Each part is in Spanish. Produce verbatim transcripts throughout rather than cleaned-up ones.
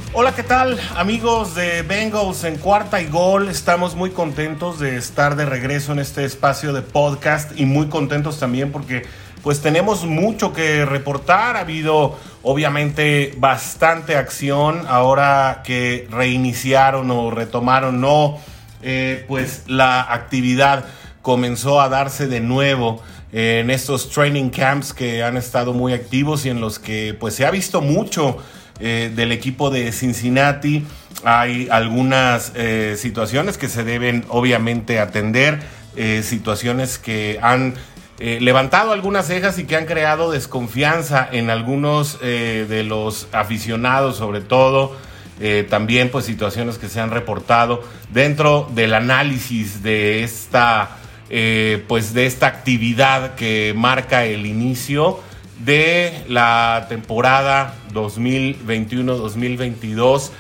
Hola, ¿qué tal, amigos de Bengals en Cuarta y Gol? Estamos muy contentos de estar de regreso en este espacio de podcast y muy contentos también porque pues tenemos mucho que reportar. Ha habido obviamente bastante acción ahora que reiniciaron o retomaron, no, eh, pues la actividad comenzó a darse de nuevo en estos training camps que han estado muy activos y en los que pues se ha visto mucho Eh, del equipo de Cincinnati. Hay algunas eh, situaciones que se deben obviamente atender, eh, situaciones que han eh, levantado algunas cejas y que han creado desconfianza en algunos eh, de los aficionados, sobre todo. Eh, también pues situaciones que se han reportado dentro del análisis de esta eh, pues de esta actividad que marca el inicio de la temporada dos mil veintiuno dos mil veintidós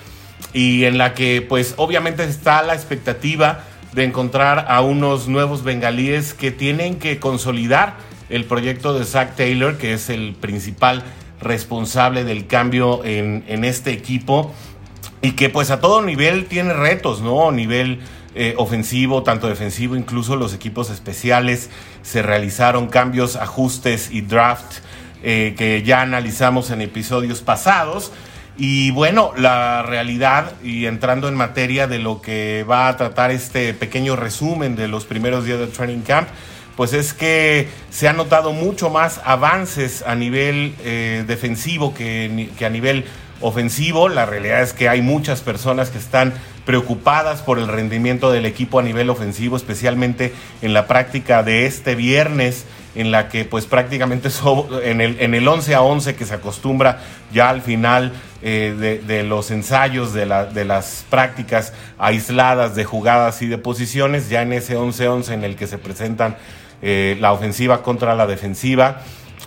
y en la que pues obviamente está la expectativa de encontrar a unos nuevos bengalíes que tienen que consolidar el proyecto de Zac Taylor, que es el principal responsable del cambio en, en este equipo y que pues a todo nivel tiene retos, ¿no? A nivel eh, ofensivo, tanto defensivo, incluso los equipos especiales se realizaron cambios, ajustes y draft Eh, que ya analizamos en episodios pasados. Y bueno, la realidad, y entrando en materia de lo que va a tratar este pequeño resumen de los primeros días del training camp, pues es que se han notado mucho más avances a nivel eh, defensivo que, que a nivel ofensivo. La realidad es que hay muchas personas que están preocupadas por el rendimiento del equipo a nivel ofensivo, especialmente en la práctica de este viernes, en la que pues prácticamente so, en, el, en el once a once que se acostumbra ya al final eh, de, de los ensayos, de, la, de las prácticas aisladas de jugadas y de posiciones, ya en ese once a once en el que se presentan eh, la ofensiva contra la defensiva,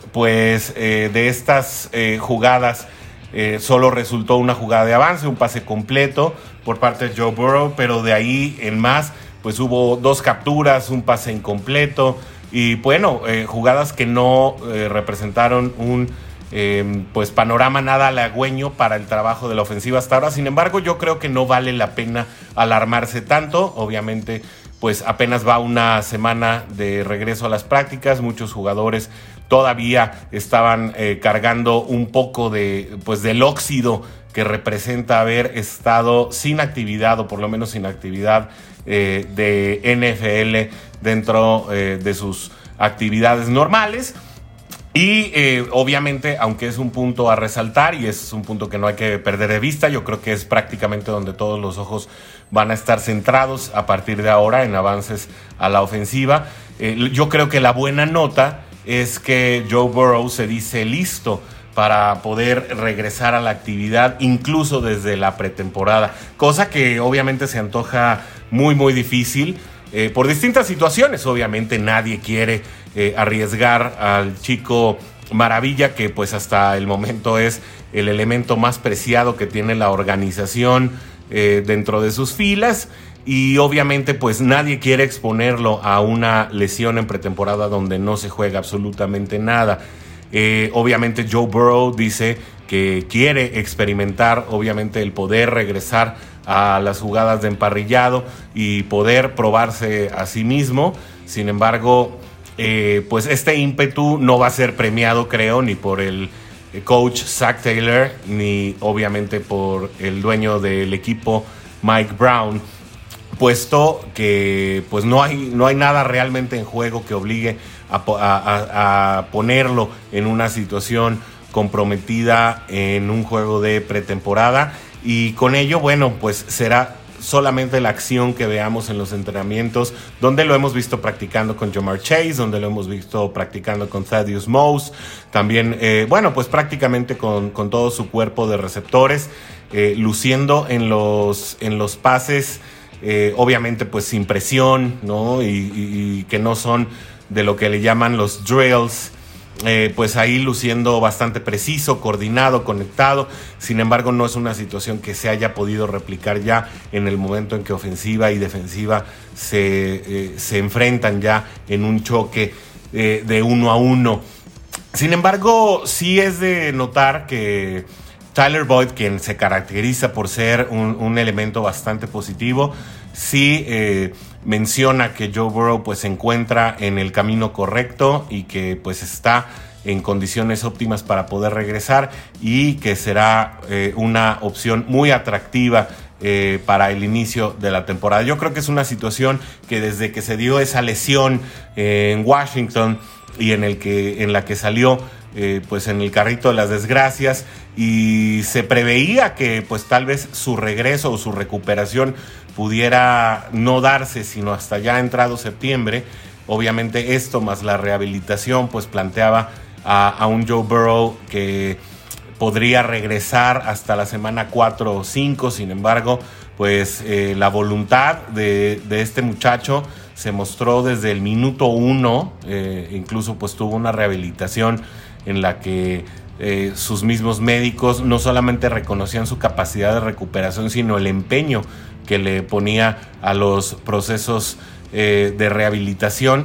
pues eh, de estas eh, jugadas eh, solo resultó una jugada de avance, un pase completo por parte de Joe Burrow, pero de ahí en más pues hubo dos capturas, un pase incompleto. Y bueno, eh, jugadas que no eh, representaron un eh, pues panorama nada halagüeño para el trabajo de la ofensiva hasta ahora. Sin embargo, yo creo que no vale la pena alarmarse tanto. Obviamente, pues apenas va una semana de regreso a las prácticas. Muchos jugadores todavía estaban eh, cargando un poco de pues del óxido que representa haber estado sin actividad, o por lo menos sin actividad eh, de N F L dentro eh, de sus actividades normales. Y eh, obviamente, aunque es un punto a resaltar y es un punto que no hay que perder de vista, yo creo que es prácticamente donde todos los ojos van a estar centrados a partir de ahora en avances a la ofensiva. Eh, yo creo que la buena nota es que Joe Burrow se dice listo para poder regresar a la actividad incluso desde la pretemporada, cosa que obviamente se antoja muy muy difícil eh, por distintas situaciones. Obviamente nadie quiere eh, arriesgar al chico maravilla, que pues hasta el momento es el elemento más preciado que tiene la organización eh, dentro de sus filas, y obviamente pues nadie quiere exponerlo a una lesión en pretemporada donde no se juega absolutamente nada. Eh, obviamente Joe Burrow dice que quiere experimentar obviamente el poder regresar a las jugadas de emparrillado y poder probarse a sí mismo. Sin embargo, eh, pues este ímpetu no va a ser premiado, creo, ni por el coach Zac Taylor, ni obviamente por el dueño del equipo Mike Brown, puesto que pues no hay, no hay nada realmente en juego que obligue a, a, a ponerlo en una situación comprometida en un juego de pretemporada. Y con ello, bueno, pues será solamente la acción que veamos en los entrenamientos, donde lo hemos visto practicando con Ja'Marr Chase, donde lo hemos visto practicando con Thaddeus Moss, también, eh, bueno, pues prácticamente con, con todo su cuerpo de receptores, eh, luciendo en los, en los pases, eh, obviamente pues sin presión, ¿no? Y, y, y que no son de lo que le llaman los drills, eh, pues ahí luciendo bastante preciso, coordinado, conectado. Sin embargo, no es una situación que se haya podido replicar ya en el momento en que ofensiva y defensiva se, eh, se enfrentan ya en un choque eh, de uno a uno. Sin embargo, sí es de notar que Tyler Boyd, quien se caracteriza por ser un, un elemento bastante positivo, sí eh, menciona que Joe Burrow pues se encuentra en el camino correcto y que pues está en condiciones óptimas para poder regresar y que será eh, una opción muy atractiva eh, para el inicio de la temporada. Yo creo que es una situación que desde que se dio esa lesión eh, en Washington y en, el que, en la que salió eh, pues en el carrito de las desgracias y se preveía que pues tal vez su regreso o su recuperación pudiera no darse sino hasta ya entrado septiembre. Obviamente esto más la rehabilitación pues planteaba a, a un Joe Burrow que podría regresar hasta la semana cuatro o cinco. Sin embargo, pues eh, la voluntad de, de este muchacho se mostró desde el minuto uno. Eh, incluso pues tuvo una rehabilitación en la que eh, sus mismos médicos no solamente reconocían su capacidad de recuperación, sino el empeño que le ponía a los procesos eh, de rehabilitación.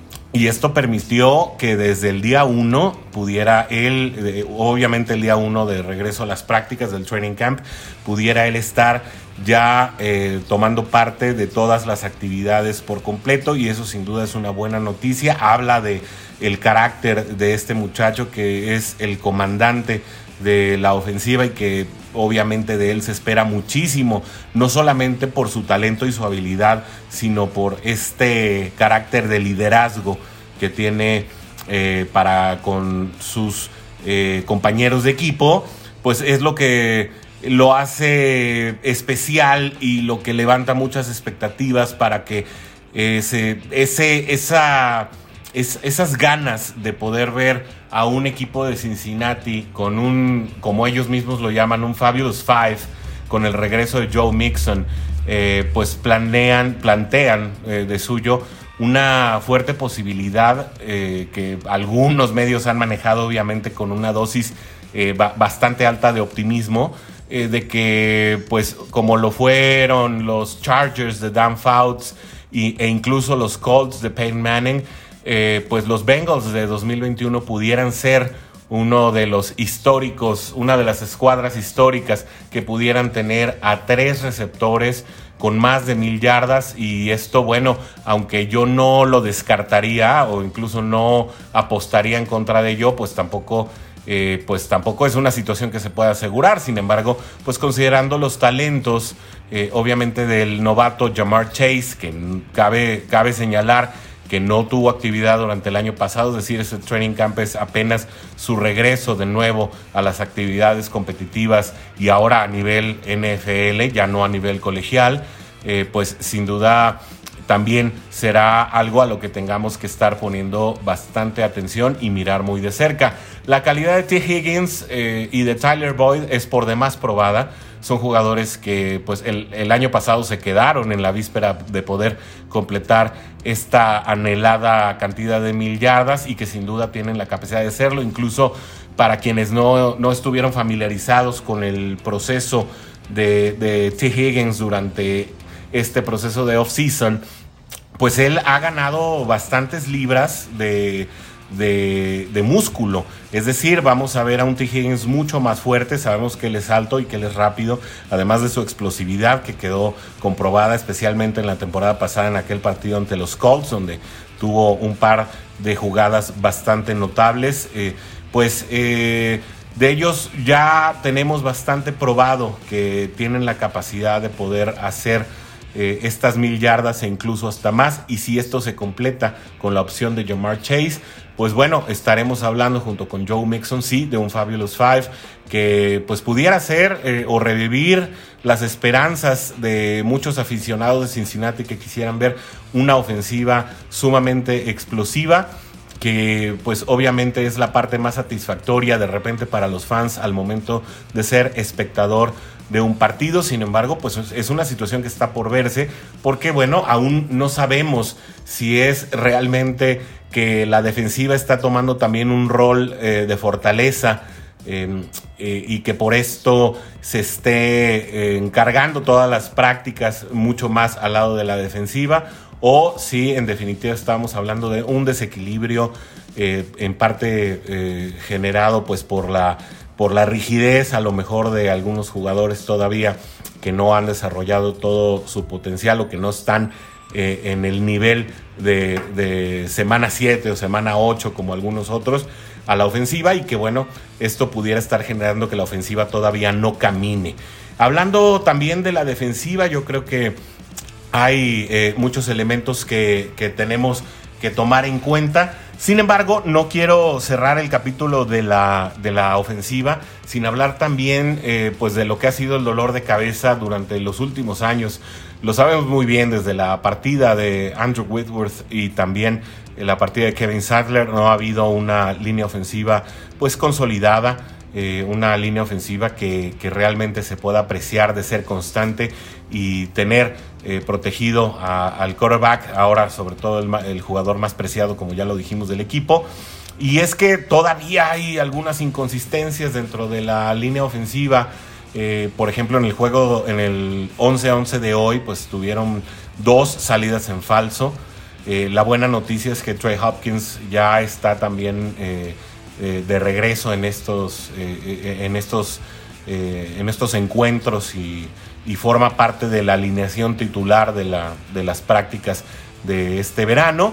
Y esto permitió que desde el día uno pudiera él, eh, obviamente el día uno de regreso a las prácticas del training camp, pudiera él estar ya eh, tomando parte de todas las actividades por completo, y eso sin duda es una buena noticia. Habla de el carácter de este muchacho, que es el comandante de la ofensiva y que obviamente de él se espera muchísimo, no solamente por su talento y su habilidad, sino por este carácter de liderazgo que tiene eh, para con sus eh, compañeros de equipo. Pues es lo que lo hace especial y lo que levanta muchas expectativas para que ese, ese, esa, es, esas ganas de poder ver a un equipo de Cincinnati con un, como ellos mismos lo llaman, un Fabulous Five, con el regreso de Joe Mixon, eh, pues planean, plantean eh, de suyo una fuerte posibilidad eh, que algunos medios han manejado, obviamente con una dosis eh, ba- bastante alta de optimismo, eh, de que pues como lo fueron los Chargers de Dan Fouts y, e incluso los Colts de Peyton Manning, Eh, pues los Bengals de dos mil veintiuno pudieran ser uno de los históricos, una de las escuadras históricas que pudieran tener a tres receptores con más de mil yardas. Y esto, bueno, aunque yo no lo descartaría o incluso no apostaría en contra de ello, pues tampoco, eh, pues tampoco es una situación que se pueda asegurar. Sin embargo, pues considerando los talentos, eh, obviamente del novato Ja'Marr Chase, que cabe, cabe señalar que no tuvo actividad durante el año pasado, es decir, ese training camp es apenas su regreso de nuevo a las actividades competitivas y ahora a nivel N F L, ya no a nivel colegial, eh, pues sin duda también será algo a lo que tengamos que estar poniendo bastante atención y mirar muy de cerca. La calidad de T. Higgins eh, y de Tyler Boyd es por demás probada. Son jugadores que pues el, el año pasado se quedaron en la víspera de poder completar esta anhelada cantidad de mil yardas y que sin duda tienen la capacidad de hacerlo. Incluso para quienes no, no estuvieron familiarizados con el proceso de, de T. Higgins durante este proceso de off-season, pues él ha ganado bastantes libras de... De, de músculo, es decir, vamos a ver a un T. Higgins mucho más fuerte. Sabemos que él es alto y que él es rápido, además de su explosividad que quedó comprobada especialmente en la temporada pasada en aquel partido ante los Colts, donde tuvo un par de jugadas bastante notables. Eh, pues eh, de ellos ya tenemos bastante probado que tienen la capacidad de poder hacer Eh, estas mil yardas e incluso hasta más. Y si esto se completa con la opción de Ja'Marr Chase, pues bueno, estaremos hablando junto con Joe Mixon, sí, de un Fabulous Five que pues pudiera ser eh, o revivir las esperanzas de muchos aficionados de Cincinnati que quisieran ver una ofensiva sumamente explosiva, que pues obviamente es la parte más satisfactoria de repente para los fans al momento de ser espectador de un partido. Sin embargo, pues es una situación que está por verse, porque bueno, aún no sabemos si es realmente que la defensiva está tomando también un rol eh, de fortaleza eh, eh, y que por esto se esté eh, encargando todas las prácticas mucho más al lado de la defensiva, o si en definitiva estamos hablando de un desequilibrio eh, en parte eh, generado pues por la por la rigidez a lo mejor de algunos jugadores todavía que no han desarrollado todo su potencial o que no están eh, en el nivel de, de semana siete o semana ocho como algunos otros a la ofensiva, y que bueno, esto pudiera estar generando que la ofensiva todavía no camine. Hablando también de la defensiva, yo creo que hay eh, muchos elementos que, que tenemos que tomar en cuenta. Sin embargo, no quiero cerrar el capítulo de la, de la ofensiva sin hablar también eh, pues de lo que ha sido el dolor de cabeza durante los últimos años. Lo sabemos muy bien desde la partida de Andrew Whitworth y también la partida de Kevin Sadler. No ha habido una línea ofensiva pues consolidada, eh, una línea ofensiva que, que realmente se pueda apreciar de ser constante y tener eh, protegido a, al quarterback, ahora sobre todo el, el jugador más preciado, como ya lo dijimos, del equipo. Y es que todavía hay algunas inconsistencias dentro de la línea ofensiva. Eh, por ejemplo, en el juego, en el once a once de hoy, pues tuvieron dos salidas en falso. Eh, la buena noticia es que Trey Hopkins ya está también eh, eh, de regreso en estos, eh, en estos, eh, en estos encuentros y, y forma parte de la alineación titular de, la, de las prácticas de este verano.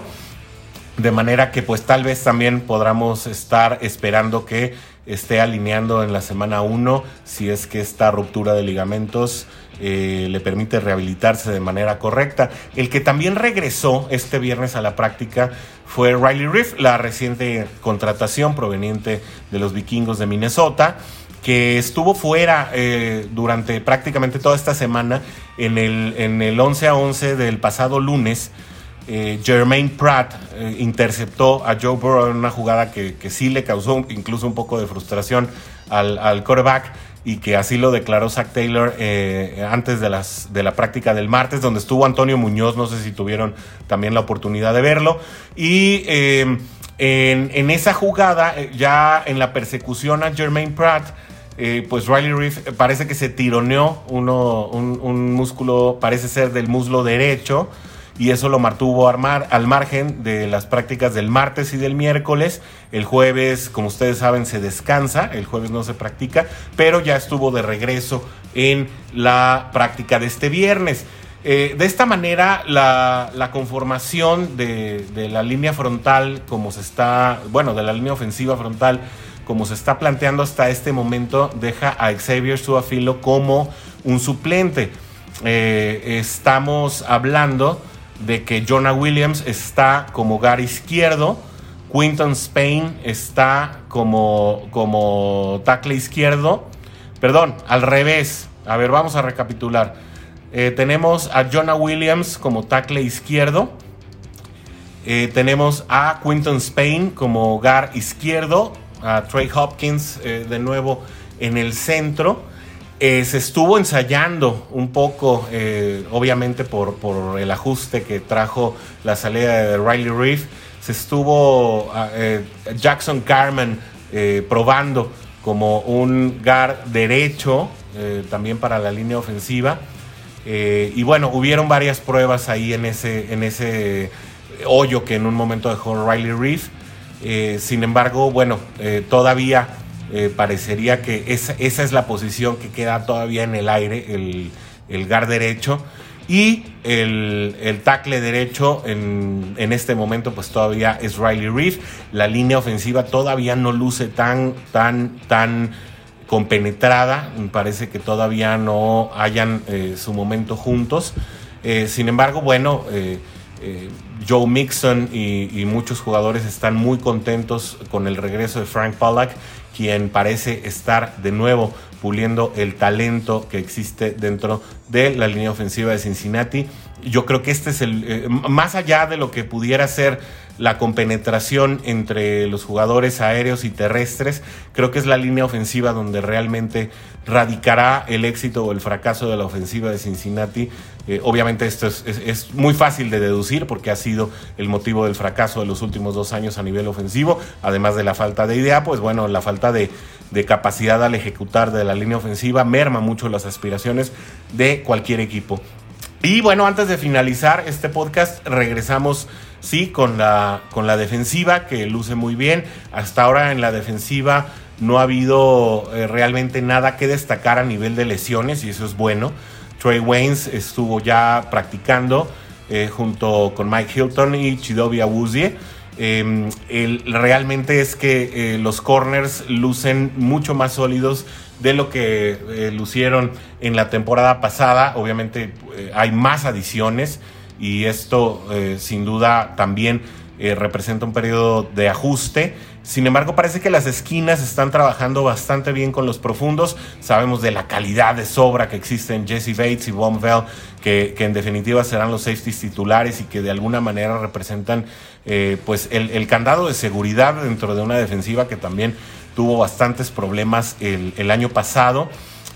De manera que pues tal vez también podamos estar esperando que esté alineando en la semana uno, si es que esta ruptura de ligamentos eh, le permite rehabilitarse de manera correcta. El que también regresó este viernes a la práctica fue Riley Reiff, la reciente contratación proveniente de los Vikingos de Minnesota, que estuvo fuera eh, durante prácticamente toda esta semana. En el, en el once a once del pasado lunes, Eh, Jermaine Pratt eh, interceptó a Joe Burrow en una jugada que, que sí le causó incluso un poco de frustración al, al quarterback, y que así lo declaró Zac Taylor eh, antes de, las, de la práctica del martes, donde estuvo Antonio Muñoz. No sé si tuvieron también la oportunidad de verlo. Y eh, en, en esa jugada, ya en la persecución a Jermaine Pratt, eh, pues Riley Reiff parece que se tironeó uno, un, un músculo, parece ser del muslo derecho, y eso lo mantuvo al, mar, al margen de las prácticas del martes y del miércoles. El jueves, como ustedes saben, se descansa, el jueves no se practica, pero ya estuvo de regreso en la práctica de este viernes. Eh, de esta manera, la, la conformación de, de la línea frontal, como se está, bueno, de la línea ofensiva frontal, como se está planteando hasta este momento, deja a Xavier Su'a-Filo como un suplente. Eh, estamos hablando de que Jonah Williams está como guard izquierdo, Quinton Spain está como, como tackle izquierdo, perdón, al revés. A ver, vamos a recapitular. Eh, tenemos a Jonah Williams como tackle izquierdo, eh, tenemos a Quinton Spain como guard izquierdo, a Trey Hopkins eh, de nuevo en el centro. Eh, se estuvo ensayando un poco, eh, obviamente por, por el ajuste que trajo la salida de Riley Reiff. Se estuvo eh, Jackson Carman eh, probando como un guard derecho, eh, también para la línea ofensiva. Eh, y bueno, hubieron varias pruebas ahí en ese, en ese hoyo que en un momento dejó Riley Reiff. Eh, sin embargo, bueno, eh, todavía... Eh, parecería que esa, esa es la posición que queda todavía en el aire, el, el guard derecho, y el, el tackle derecho en, en este momento pues todavía es Riley Reiff. La línea ofensiva todavía no luce tan, tan, tan compenetrada, parece que todavía no hayan eh, su momento juntos. Eh, sin embargo, bueno, eh, eh, Joe Mixon y, y muchos jugadores están muy contentos con el regreso de Frank Pollack, quien parece estar de nuevo puliendo el talento que existe dentro de la línea ofensiva de Cincinnati. Yo creo que este es el, eh, más allá de lo que pudiera ser la compenetración entre los jugadores aéreos y terrestres, creo que es la línea ofensiva donde realmente radicará el éxito o el fracaso de la ofensiva de Cincinnati. Eh, obviamente esto es, es, es muy fácil de deducir porque ha sido el motivo del fracaso de los últimos dos años a nivel ofensivo, además de la falta de idea. Pues bueno, la falta de, de capacidad al ejecutar de la línea ofensiva merma mucho las aspiraciones de cualquier equipo. Y bueno, antes de finalizar este podcast, regresamos sí con la, con la defensiva, que luce muy bien. Hasta ahora en la defensiva no ha habido eh, realmente nada que destacar a nivel de lesiones y eso es bueno. Trey Waynes estuvo ya practicando eh, junto con Mike Hilton y Chidobe Awuzie. Eh, el, realmente es que eh, los corners lucen mucho más sólidos de lo que eh, lucieron en la temporada pasada. Obviamente eh, hay más adiciones y esto eh, sin duda también eh, representa un periodo de ajuste. Sin embargo, parece que las esquinas están trabajando bastante bien con los profundos. Sabemos de la calidad de sobra que existen Jesse Bates y Von Bell, que, que en definitiva serán los safeties titulares y que de alguna manera representan eh, pues el, el candado de seguridad dentro de una defensiva que también tuvo bastantes problemas el, el año pasado.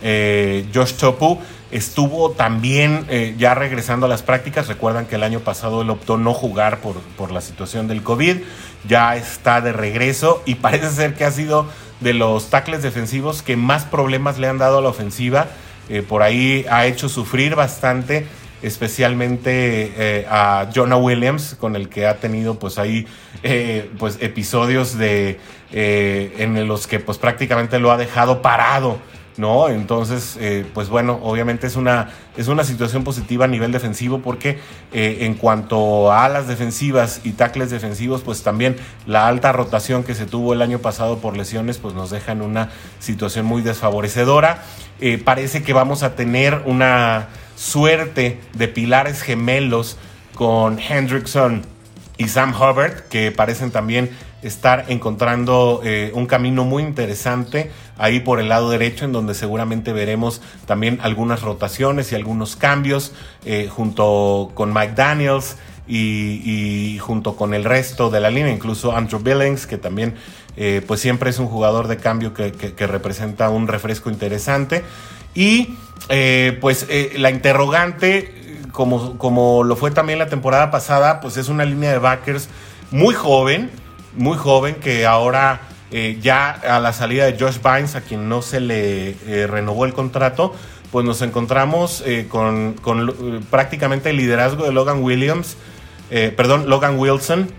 Eh, Josh Topu estuvo también eh, ya regresando a las prácticas. Recuerdan que el año pasado él optó no jugar por, por la situación del COVID. Ya está de regreso y parece ser que ha sido de los tackles defensivos que más problemas le han dado a la ofensiva. Eh, por ahí ha hecho sufrir bastante, especialmente eh, a Jonah Williams, con el que ha tenido pues ahí eh, pues episodios de eh, en los que pues prácticamente lo ha dejado parado, ¿no? Entonces, eh, pues bueno, obviamente es una, es una situación positiva a nivel defensivo porque eh, en cuanto a alas defensivas y tackles defensivos, pues también la alta rotación que se tuvo el año pasado por lesiones, pues nos deja en una situación muy desfavorecedora. Eh, parece que vamos a tener una suerte de pilares gemelos con Hendrickson y Sam Hubbard, que parecen también estar encontrando eh, un camino muy interesante ahí por el lado derecho, en donde seguramente veremos también algunas rotaciones y algunos cambios eh, junto con Mike Daniels y, y junto con el resto de la línea, incluso Andrew Billings, que también eh, pues siempre es un jugador de cambio que, que, que representa un refresco interesante. Y eh, pues eh, la interrogante, como, como lo fue también la temporada pasada, pues es una línea de backers muy joven, muy joven, que ahora eh, ya a la salida de Josh Bynes, a quien no se le eh, renovó el contrato, pues nos encontramos eh, con, con eh, prácticamente el liderazgo de Logan Williams, eh, perdón, Logan Wilson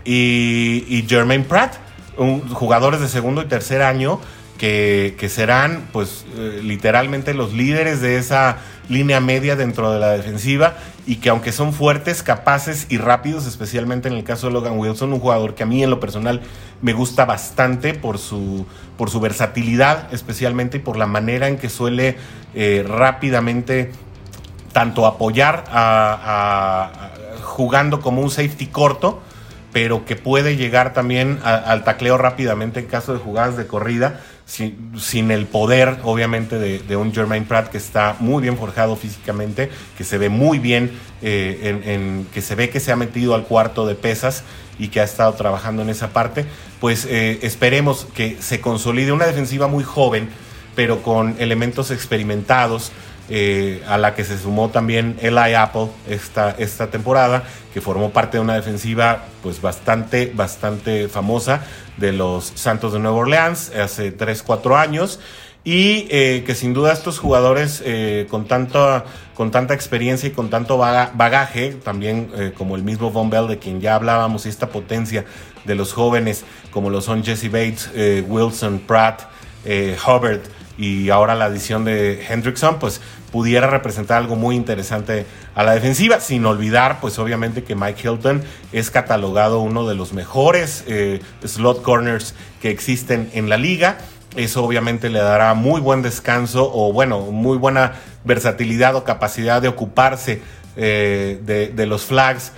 y, y Jermaine Pratt, un, jugadores de segundo y tercer año que, que serán pues eh, literalmente los líderes de esa línea media dentro de la defensiva y que aunque son fuertes, capaces y rápidos, especialmente en el caso de Logan Wilson, un jugador que a mí en lo personal me gusta bastante por su, por su versatilidad especialmente y por la manera en que suele eh, rápidamente tanto apoyar a, a, a, jugando como un safety corto, pero que puede llegar también a, al tacleo rápidamente en caso de jugadas de corrida, sin, sin el poder obviamente de, de un Jermaine Pratt, que está muy bien forjado físicamente, que se ve muy bien, eh, en, en, que se ve que se ha metido al cuarto de pesas y que ha estado trabajando en esa parte. Pues eh, esperemos que se consolide una defensiva muy joven, pero con elementos experimentados, Eh, a la que se sumó también Eli Apple esta, esta temporada, que formó parte de una defensiva pues bastante, bastante famosa de los Santos de Nueva Orleans hace tres cuatro años, y eh, que sin duda estos jugadores eh, con, tanto, con tanta experiencia y con tanto bagaje, también eh, como el mismo Von Bell de quien ya hablábamos, y esta potencia de los jóvenes como lo son Jesse Bates, eh, Wilson, Pratt, eh, Hubbard y ahora la adición de Hendrickson, pues pudiera representar algo muy interesante a la defensiva, sin olvidar pues obviamente que Mike Hilton es catalogado uno de los mejores eh, slot corners que existen en la liga. Eso obviamente le dará muy buen descanso, o bueno, muy buena versatilidad o capacidad de ocuparse eh, de, de los flags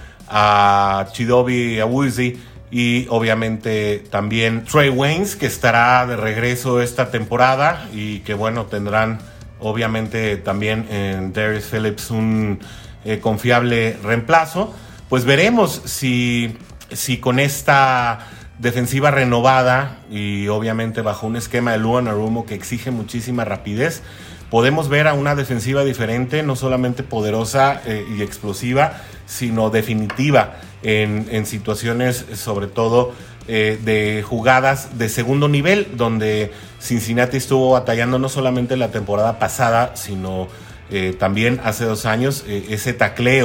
a Chidobe Awuzie y obviamente también Trey Waynes, que estará de regreso esta temporada y que bueno, tendrán obviamente también en Darius Phillips un eh, confiable reemplazo. Pues veremos si, si con esta defensiva renovada y obviamente bajo un esquema de Lou Anarumo que exige muchísima rapidez, podemos ver a una defensiva diferente, no solamente poderosa eh, y explosiva, sino definitiva en, en situaciones sobre todo eh, de jugadas de segundo nivel, donde Cincinnati estuvo batallando no solamente la temporada pasada, sino eh, también hace dos años, eh, ese tacleo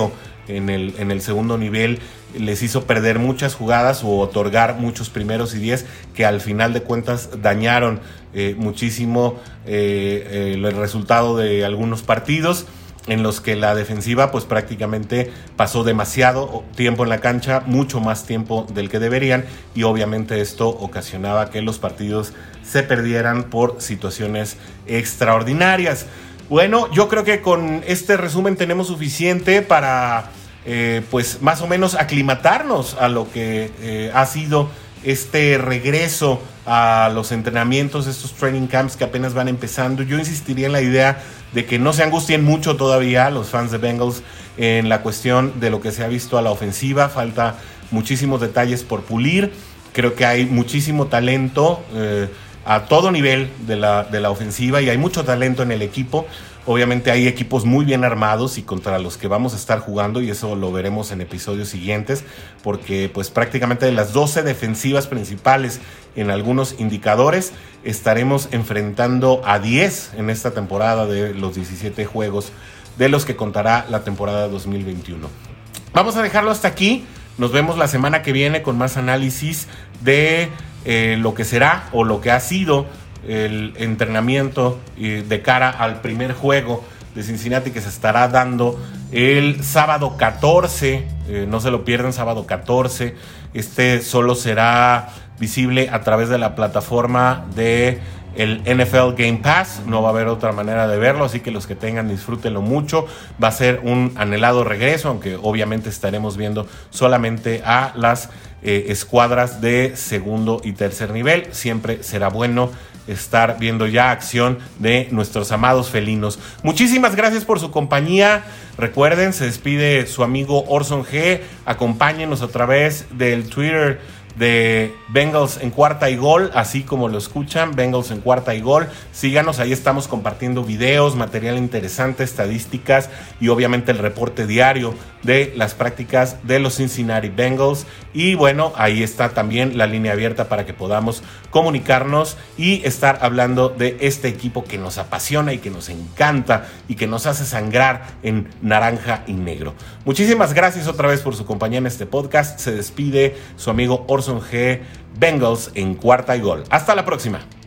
en el, en el segundo nivel les hizo perder muchas jugadas o otorgar muchos primeros y diez que al final de cuentas dañaron eh, muchísimo eh, eh, el resultado de algunos partidos en los que la defensiva pues prácticamente pasó demasiado tiempo en la cancha, mucho más tiempo del que deberían, y obviamente esto ocasionaba que los partidos se perdieran por situaciones extraordinarias. Bueno, yo creo que con este resumen tenemos suficiente para eh, pues más o menos aclimatarnos a lo que eh, ha sido este regreso a los entrenamientos, estos training camps que apenas van empezando. Yo insistiría en la idea de que no se angustien mucho todavía los fans de Bengals en la cuestión de lo que se ha visto a la ofensiva. Falta muchísimos detalles por pulir. Creo que hay muchísimo talento eh, a todo nivel de la, de la ofensiva, y hay mucho talento en el equipo. Obviamente hay equipos muy bien armados y contra los que vamos a estar jugando, y eso lo veremos en episodios siguientes, porque pues prácticamente de las doce defensivas principales en algunos indicadores estaremos enfrentando a diez en esta temporada de los diecisiete juegos de los que contará la temporada dos mil veintiuno. Vamos a dejarlo hasta aquí. Nos vemos la semana que viene con más análisis de eh, lo que será o lo que ha sido el entrenamiento de cara al primer juego de Cincinnati, que se estará dando el sábado catorce. Eh, no se lo pierdan, sábado catorce. Este solo será visible a través de la plataforma de el N F L Game Pass. No va a haber otra manera de verlo, así que los que tengan, disfrútenlo mucho. Va a ser un anhelado regreso, aunque obviamente estaremos viendo solamente a las eh, escuadras de segundo y tercer nivel. Siempre será bueno estar viendo ya acción de nuestros amados felinos. Muchísimas gracias por su compañía. Recuerden, se despide su amigo Orson G. Acompáñenos a través del Twitter de Bengals en cuarta y gol, así como lo escuchan, Bengals en cuarta y gol. Síganos, ahí estamos compartiendo videos, material interesante, estadísticas y obviamente el reporte diario de las prácticas de los Cincinnati Bengals. Y bueno, ahí está también la línea abierta para que podamos comunicarnos y estar hablando de este equipo que nos apasiona y que nos encanta y que nos hace sangrar en naranja y negro. Muchísimas gracias otra vez por su compañía en este podcast. Se despide su amigo Orson G. Bengals en cuarta y gol. Hasta la próxima.